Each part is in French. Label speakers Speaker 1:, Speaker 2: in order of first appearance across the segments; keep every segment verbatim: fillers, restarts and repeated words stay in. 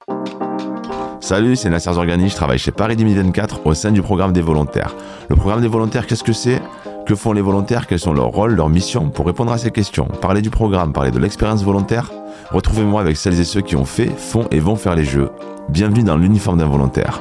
Speaker 1: Salut, c'est Nasser Zorgani, je travaille chez Paris deux mille vingt-quatre au sein du programme des volontaires. Le programme des volontaires, qu'est-ce que c'est ? Que font les volontaires ? Quels sont leurs rôles, leurs missions ? Pour répondre à ces questions, parler du programme, parler de l'expérience volontaire, retrouvez-moi avec celles et ceux qui ont fait, font et vont faire les jeux. Bienvenue dans l'uniforme d'un volontaire.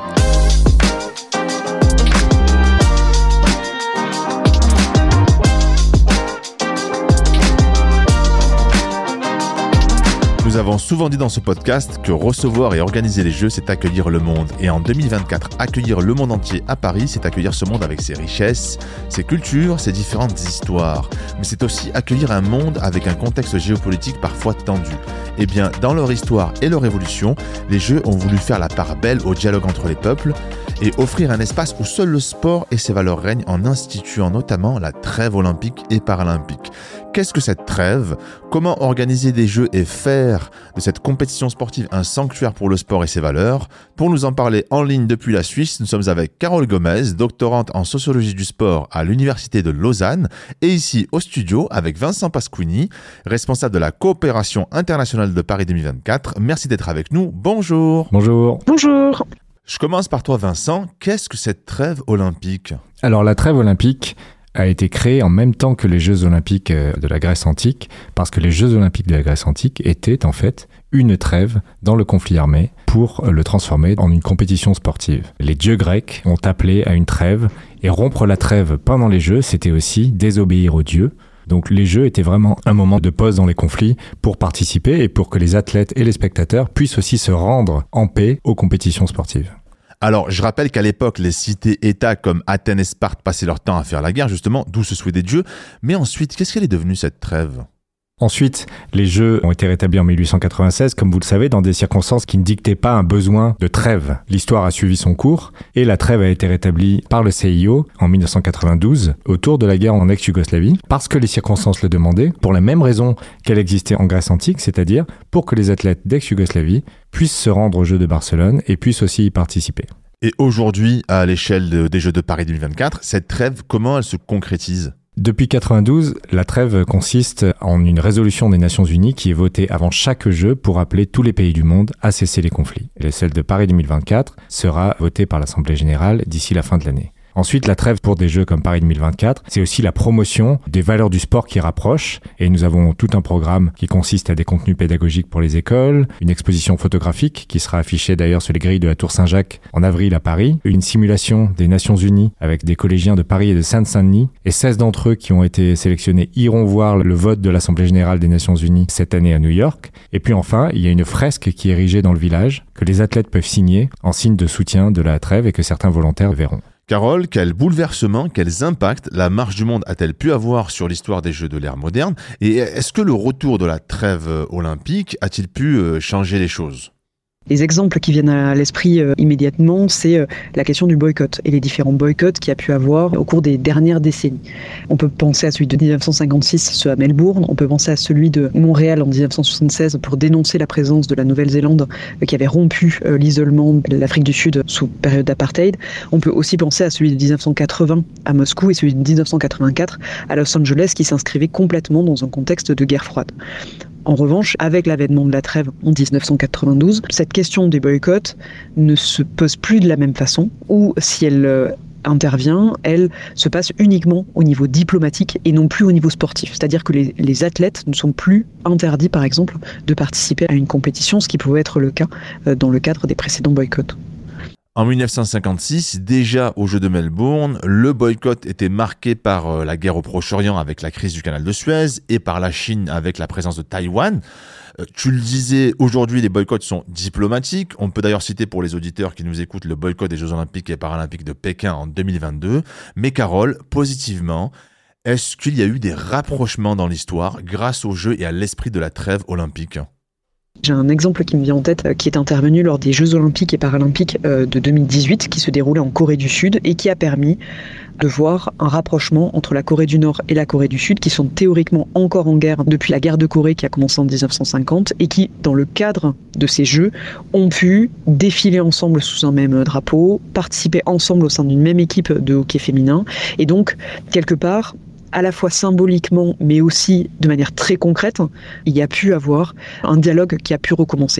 Speaker 1: Nous avons souvent dit dans ce podcast que recevoir et organiser les jeux, c'est accueillir le monde. Et en deux mille vingt-quatre, accueillir le monde entier à Paris, c'est accueillir ce monde avec ses richesses, ses cultures, ses différentes histoires. Mais c'est aussi accueillir un monde avec un contexte géopolitique parfois tendu. Eh bien, dans leur histoire et leur évolution, les jeux ont voulu faire la part belle au dialogue entre les peuples et offrir un espace où seul le sport et ses valeurs règnent en instituant notamment la trêve olympique et paralympique. Qu'est-ce que cette trêve ? Comment organiser des jeux et faire de cette compétition sportive un sanctuaire pour le sport et ses valeurs ? Pour nous en parler en ligne depuis la Suisse, nous sommes avec Carole Gomez, doctorante en sociologie du sport à l'Université de Lausanne, et ici au studio avec Vincent Pasquini, responsable de la coopération internationale de Paris deux mille vingt-quatre. Merci d'être avec nous. Bonjour.
Speaker 2: Bonjour.
Speaker 3: Bonjour.
Speaker 1: Je commence par toi, Vincent. Qu'est-ce que cette trêve olympique ?
Speaker 2: Alors, la trêve olympique a été créée en même temps que les Jeux olympiques de la Grèce antique, parce que les Jeux olympiques de la Grèce antique étaient en fait une trêve dans le conflit armé pour le transformer en une compétition sportive. Les dieux grecs ont appelé à une trêve, et rompre la trêve pendant les Jeux, c'était aussi désobéir aux dieux. Donc les Jeux étaient vraiment un moment de pause dans les conflits pour participer et pour que les athlètes et les spectateurs puissent aussi se rendre en paix aux compétitions sportives.
Speaker 1: Alors, je rappelle qu'à l'époque, les cités-États comme Athènes et Sparte passaient leur temps à faire la guerre, justement, d'où ce souhait des dieux. Mais ensuite, qu'est-ce qu'elle est devenue, cette trêve ?
Speaker 2: Ensuite, les Jeux ont été rétablis en mille huit cent quatre-vingt-seize, comme vous le savez, dans des circonstances qui ne dictaient pas un besoin de trêve. L'histoire a suivi son cours et la trêve a été rétablie par le C I O en mille neuf cent quatre-vingt-douze, autour de la guerre en ex-Yougoslavie, parce que les circonstances le demandaient, pour la même raison qu'elle existait en Grèce antique, c'est-à-dire pour que les athlètes d'ex-Yougoslavie puissent se rendre aux Jeux de Barcelone et puissent aussi y participer.
Speaker 1: Et aujourd'hui, à l'échelle de, des Jeux de Paris deux mille vingt-quatre, cette trêve, comment elle se concrétise ?
Speaker 2: Depuis quatre-vingt-douze, la trêve consiste en une résolution des Nations Unies qui est votée avant chaque jeu pour appeler tous les pays du monde à cesser les conflits. Et celle de Paris deux mille vingt-quatre sera votée par l'Assemblée générale d'ici la fin de l'année. Ensuite, la trêve pour des jeux comme Paris deux mille vingt-quatre, c'est aussi la promotion des valeurs du sport qui rapprochent. Et nous avons tout un programme qui consiste à des contenus pédagogiques pour les écoles, une exposition photographique qui sera affichée d'ailleurs sur les grilles de la Tour Saint-Jacques en avril à Paris, une simulation des Nations Unies avec des collégiens de Paris et de Seine-Saint-Denis. Et seize d'entre eux qui ont été sélectionnés iront voir le vote de l'Assemblée générale des Nations Unies cette année à New York. Et puis enfin, il y a une fresque qui est érigée dans le village que les athlètes peuvent signer en signe de soutien de la trêve et que certains volontaires verront.
Speaker 1: Carole, quels bouleversements, quels impacts la marche du monde a-t-elle pu avoir sur l'histoire des Jeux de l'ère moderne ? Et est-ce que le retour de la trêve olympique a-t-il pu changer les choses ?
Speaker 3: Les exemples qui viennent à l'esprit euh, immédiatement, c'est euh, la question du boycott et les différents boycotts qu'il y a pu avoir au cours des dernières décennies. On peut penser à celui de dix-neuf cent cinquante-six, ceux à Melbourne, on peut penser à celui de Montréal en dix-neuf cent soixante-seize pour dénoncer la présence de la Nouvelle-Zélande euh, qui avait rompu euh, l'isolement de l'Afrique du Sud sous période d'apartheid. On peut aussi penser à celui de dix-neuf cent quatre-vingts à Moscou et celui de dix-neuf cent quatre-vingt-quatre à Los Angeles qui s'inscrivait complètement dans un contexte de guerre froide. En revanche, avec l'avènement de la trêve en dix-neuf cent quatre-vingt-douze, cette question des boycotts ne se pose plus de la même façon, ou si elle euh, intervient, elle se passe uniquement au niveau diplomatique et non plus au niveau sportif. C'est-à-dire que les, les athlètes ne sont plus interdits, par exemple, de participer à une compétition, ce qui pouvait être le cas euh, dans le cadre des précédents boycotts.
Speaker 1: En dix-neuf cent cinquante-six, déjà aux Jeux de Melbourne, le boycott était marqué par la guerre au Proche-Orient avec la crise du canal de Suez et par la Chine avec la présence de Taïwan. Tu le disais, aujourd'hui les boycotts sont diplomatiques. On peut d'ailleurs citer pour les auditeurs qui nous écoutent le boycott des Jeux Olympiques et Paralympiques de Pékin en deux mille vingt-deux. Mais Carole, positivement, est-ce qu'il y a eu des rapprochements dans l'histoire grâce aux Jeux et à l'esprit de la trêve olympique ?
Speaker 3: J'ai un exemple qui me vient en tête, qui est intervenu lors des Jeux Olympiques et Paralympiques de deux mille dix-huit, qui se déroulaient en Corée du Sud et qui a permis de voir un rapprochement entre la Corée du Nord et la Corée du Sud, qui sont théoriquement encore en guerre depuis la guerre de Corée qui a commencé en dix-neuf cent cinquante et qui, dans le cadre de ces Jeux, ont pu défiler ensemble sous un même drapeau, participer ensemble au sein d'une même équipe de hockey féminin et donc, quelque part, à la fois symboliquement, mais aussi de manière très concrète, il y a pu avoir un dialogue qui a pu recommencer.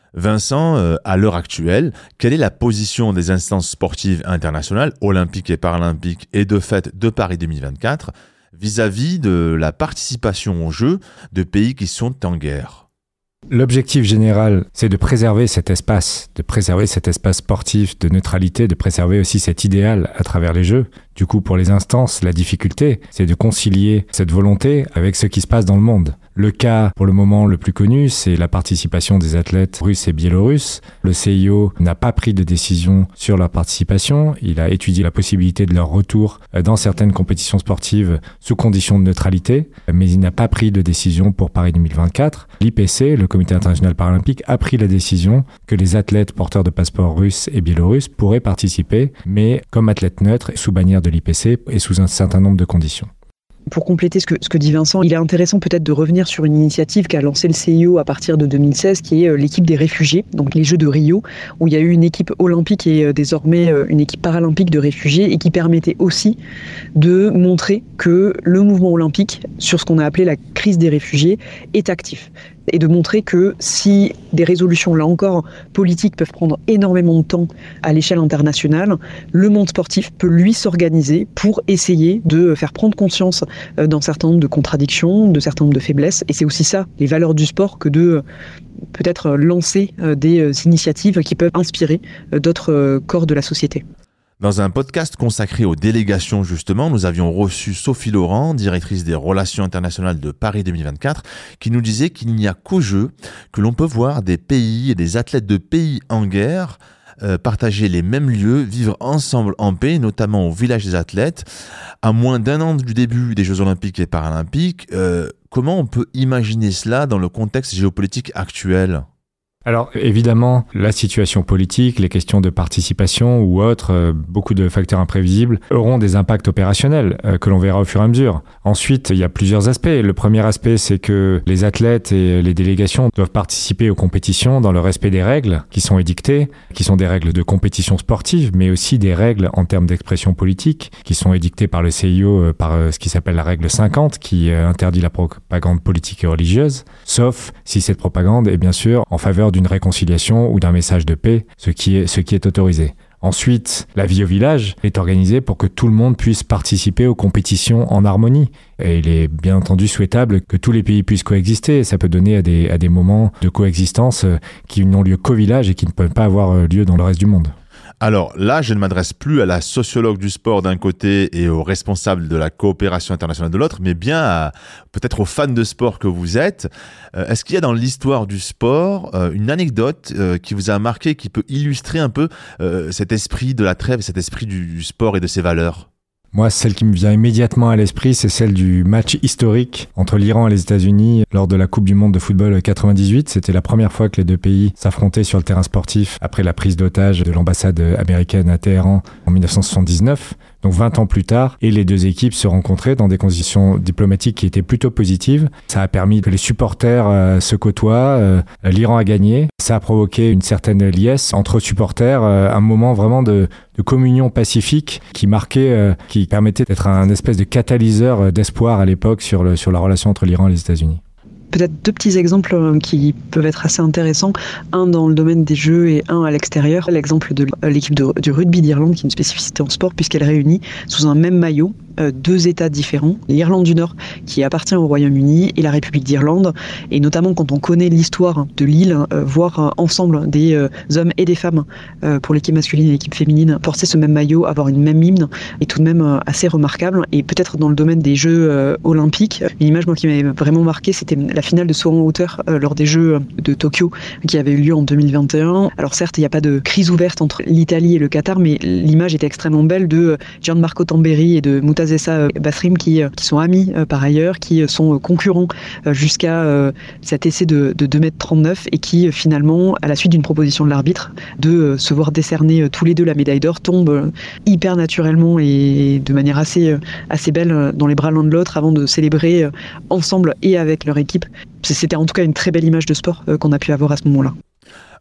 Speaker 1: Vincent, euh, à l'heure actuelle, quelle est la position des instances sportives internationales, olympiques et paralympiques, et de fait de Paris deux mille vingt-quatre, vis-à-vis de la participation aux Jeux de pays qui sont en guerre ?
Speaker 2: L'objectif général, c'est de préserver cet espace, de préserver cet espace sportif de neutralité, de préserver aussi cet idéal à travers les Jeux. Du coup, pour les instances, la difficulté, c'est de concilier cette volonté avec ce qui se passe dans le monde. Le cas, pour le moment, le plus connu, c'est la participation des athlètes russes et biélorusses. Le C I O n'a pas pris de décision sur leur participation. Il a étudié la possibilité de leur retour dans certaines compétitions sportives sous conditions de neutralité, mais il n'a pas pris de décision pour Paris deux mille vingt-quatre. L'I P C, le Comité international paralympique, a pris la décision que les athlètes porteurs de passeports russes et biélorusses pourraient participer, mais comme athlètes neutres, sous bannière de l'I P C et sous un certain nombre de conditions.
Speaker 3: Pour compléter ce que, ce que dit Vincent, il est intéressant peut-être de revenir sur une initiative qu'a lancée le C I O à partir de deux mille seize, qui est l'équipe des réfugiés, donc les Jeux de Rio, où il y a eu une équipe olympique et désormais une équipe paralympique de réfugiés, et qui permettait aussi de montrer que le mouvement olympique, sur ce qu'on a appelé la crise des réfugiés, est actif. Et de montrer que si des résolutions, là encore, politiques peuvent prendre énormément de temps à l'échelle internationale, le monde sportif peut, lui, s'organiser pour essayer de faire prendre conscience d'un certain nombre de contradictions, de certain nombre de faiblesses. Et c'est aussi ça, les valeurs du sport, que de peut-être lancer des initiatives qui peuvent inspirer d'autres corps de la société.
Speaker 1: Dans un podcast consacré aux délégations, justement, nous avions reçu Sophie Laurent, directrice des relations internationales de Paris deux mille vingt-quatre, qui nous disait qu'il n'y a qu'aux Jeux que l'on peut voir des pays et des athlètes de pays en guerre euh, partager les mêmes lieux, vivre ensemble en paix, notamment au village des athlètes. À moins d'un an du début des Jeux olympiques et paralympiques, euh, comment on peut imaginer cela dans le contexte géopolitique actuel ?
Speaker 2: Alors évidemment, la situation politique, les questions de participation ou autres, euh, beaucoup de facteurs imprévisibles auront des impacts opérationnels euh, que l'on verra au fur et à mesure. Ensuite, il y a plusieurs aspects. Le premier aspect, c'est que les athlètes et les délégations doivent participer aux compétitions dans le respect des règles qui sont édictées, qui sont des règles de compétition sportive, mais aussi des règles en termes d'expression politique qui sont édictées par le C I O, euh, par euh, ce qui s'appelle la règle cinquante, qui euh, interdit la propagande politique et religieuse, sauf si cette propagande est bien sûr en faveur d'une réconciliation ou d'un message de paix, ce qui est, ce qui est autorisé. Ensuite, la vie au village est organisée pour que tout le monde puisse participer aux compétitions en harmonie. Et il est bien entendu souhaitable que tous les pays puissent coexister. Ça peut donner à des, à des moments de coexistence qui n'ont lieu qu'au village et qui ne peuvent pas avoir lieu dans le reste du monde.
Speaker 1: Alors là, je ne m'adresse plus à la sociologue du sport d'un côté et aux responsables de la coopération internationale de l'autre, mais bien à, peut-être aux fans de sport que vous êtes. Euh, est-ce qu'il y a dans l'histoire du sport euh, une anecdote euh, qui vous a marqué, qui peut illustrer un peu euh, cet esprit de la trêve, cet esprit du, du sport et de ses valeurs ?
Speaker 2: Moi, celle qui me vient immédiatement à l'esprit, c'est celle du match historique entre l'Iran et les États-Unis lors de la Coupe du Monde de football quatre-vingt-dix-huit. C'était la première fois que les deux pays s'affrontaient sur le terrain sportif après la prise d'otage de l'ambassade américaine à Téhéran en dix-neuf cent soixante-dix-neuf. Donc vingt ans plus tard, et les deux équipes se rencontraient dans des conditions diplomatiques qui étaient plutôt positives. Ça a permis que les supporters euh, se côtoient. Euh, L'Iran a gagné. Ça a provoqué une certaine liesse entre supporters, euh, un moment vraiment de, de communion pacifique qui marquait, euh, qui permettait d'être un espèce de catalyseur d'espoir à l'époque sur, le, sur la relation entre l'Iran et les États-Unis.
Speaker 3: Peut-être deux petits exemples qui peuvent être assez intéressants, un dans le domaine des jeux et un à l'extérieur. L'exemple de l'équipe de, du rugby d'Irlande, qui est une spécificité en sport puisqu'elle réunit sous un même maillot deux États différents, l'Irlande du Nord qui appartient au Royaume-Uni et la République d'Irlande, et notamment quand on connaît l'histoire de l'île, euh, voir ensemble des euh, hommes et des femmes euh, pour l'équipe masculine et l'équipe féminine porter ce même maillot, avoir une même hymne, est tout de même euh, assez remarquable. Et peut-être dans le domaine des Jeux euh, olympiques, une image moi qui m'avait vraiment marqué, c'était la finale de saut en hauteur euh, lors des Jeux de Tokyo qui avait eu lieu en deux mille vingt et un. Alors certes, il n'y a pas de crise ouverte entre l'Italie et le Qatar, mais l'image était extrêmement belle de Gianmarco Tamberi et de Moutaz Essa Basrim qui, qui sont amis euh, par ailleurs, qui sont concurrents euh, jusqu'à euh, cet essai de, de deux mètres trente-neuf et qui finalement, à la suite d'une proposition de l'arbitre, de euh, se voir décerner euh, tous les deux la médaille d'or, tombent euh, hyper naturellement et de manière assez, euh, assez belle euh, dans les bras l'un de l'autre avant de célébrer euh, ensemble et avec leur équipe. C'était en tout cas une très belle image de sport euh, qu'on a pu avoir à ce moment-là.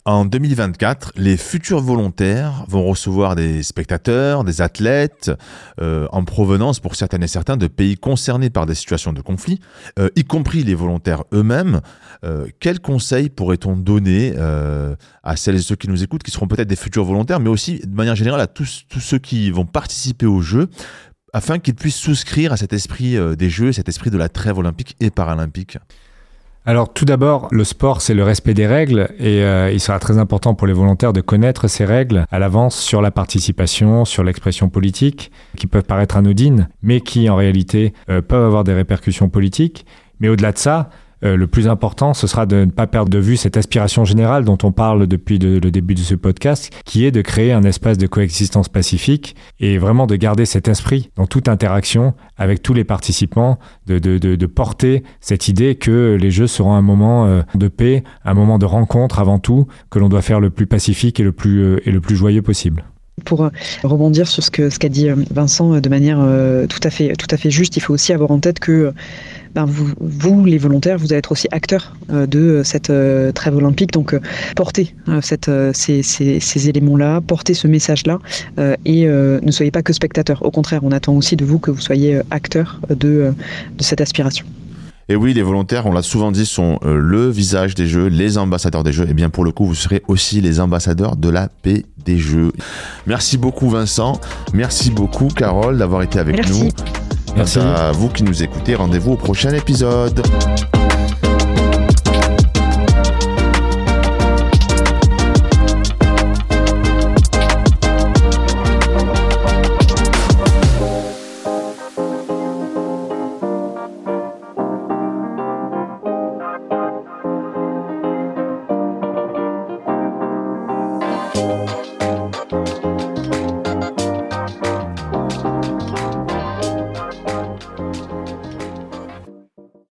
Speaker 1: En deux mille vingt-quatre, les futurs volontaires vont recevoir des spectateurs, des athlètes, euh, en provenance pour certaines et certains de pays concernés par des situations de conflit, euh, y compris les volontaires eux-mêmes. Euh, quels conseils pourrait-on donner euh, à celles et ceux qui nous écoutent, qui seront peut-être des futurs volontaires, mais aussi de manière générale à tous, tous ceux qui vont participer aux Jeux, afin qu'ils puissent souscrire à cet esprit euh, des Jeux, cet esprit de la trêve olympique et paralympique?
Speaker 2: Alors tout d'abord, le sport, c'est le respect des règles et euh, il sera très important pour les volontaires de connaître ces règles à l'avance sur la participation, sur l'expression politique, qui peuvent paraître anodines, mais qui en réalité euh, peuvent avoir des répercussions politiques. Mais au-delà de ça, Euh, le plus important, ce sera de ne pas perdre de vue cette aspiration générale dont on parle depuis de, le début de ce podcast, qui est de créer un espace de coexistence pacifique et vraiment de garder cet esprit dans toute interaction avec tous les participants, de, de, de, de porter cette idée que les Jeux seront un moment euh, de paix, un moment de rencontre avant tout, que l'on doit faire le plus pacifique et le plus, euh, et le plus joyeux possible.
Speaker 3: Pour rebondir sur ce que ce qu'a dit Vincent de manière euh, tout à fait tout à fait juste, il faut aussi avoir en tête que ben, vous, vous les volontaires, vous allez être aussi acteurs euh, de cette euh, trêve olympique. Donc euh, portez euh, cette euh, ces, ces, ces éléments-là, portez ce message-là euh, et euh, ne soyez pas que spectateurs. Au contraire, on attend aussi de vous que vous soyez acteurs de de cette aspiration.
Speaker 1: Et oui, les volontaires, on l'a souvent dit, sont euh, le visage des Jeux, les ambassadeurs des Jeux. Et bien pour le coup, vous serez aussi les ambassadeurs de la paix des Jeux. Merci beaucoup Vincent, merci beaucoup Carole d'avoir été avec
Speaker 3: Merci.
Speaker 1: nous.
Speaker 2: Merci
Speaker 1: À vous qui nous écoutez, rendez-vous au prochain épisode.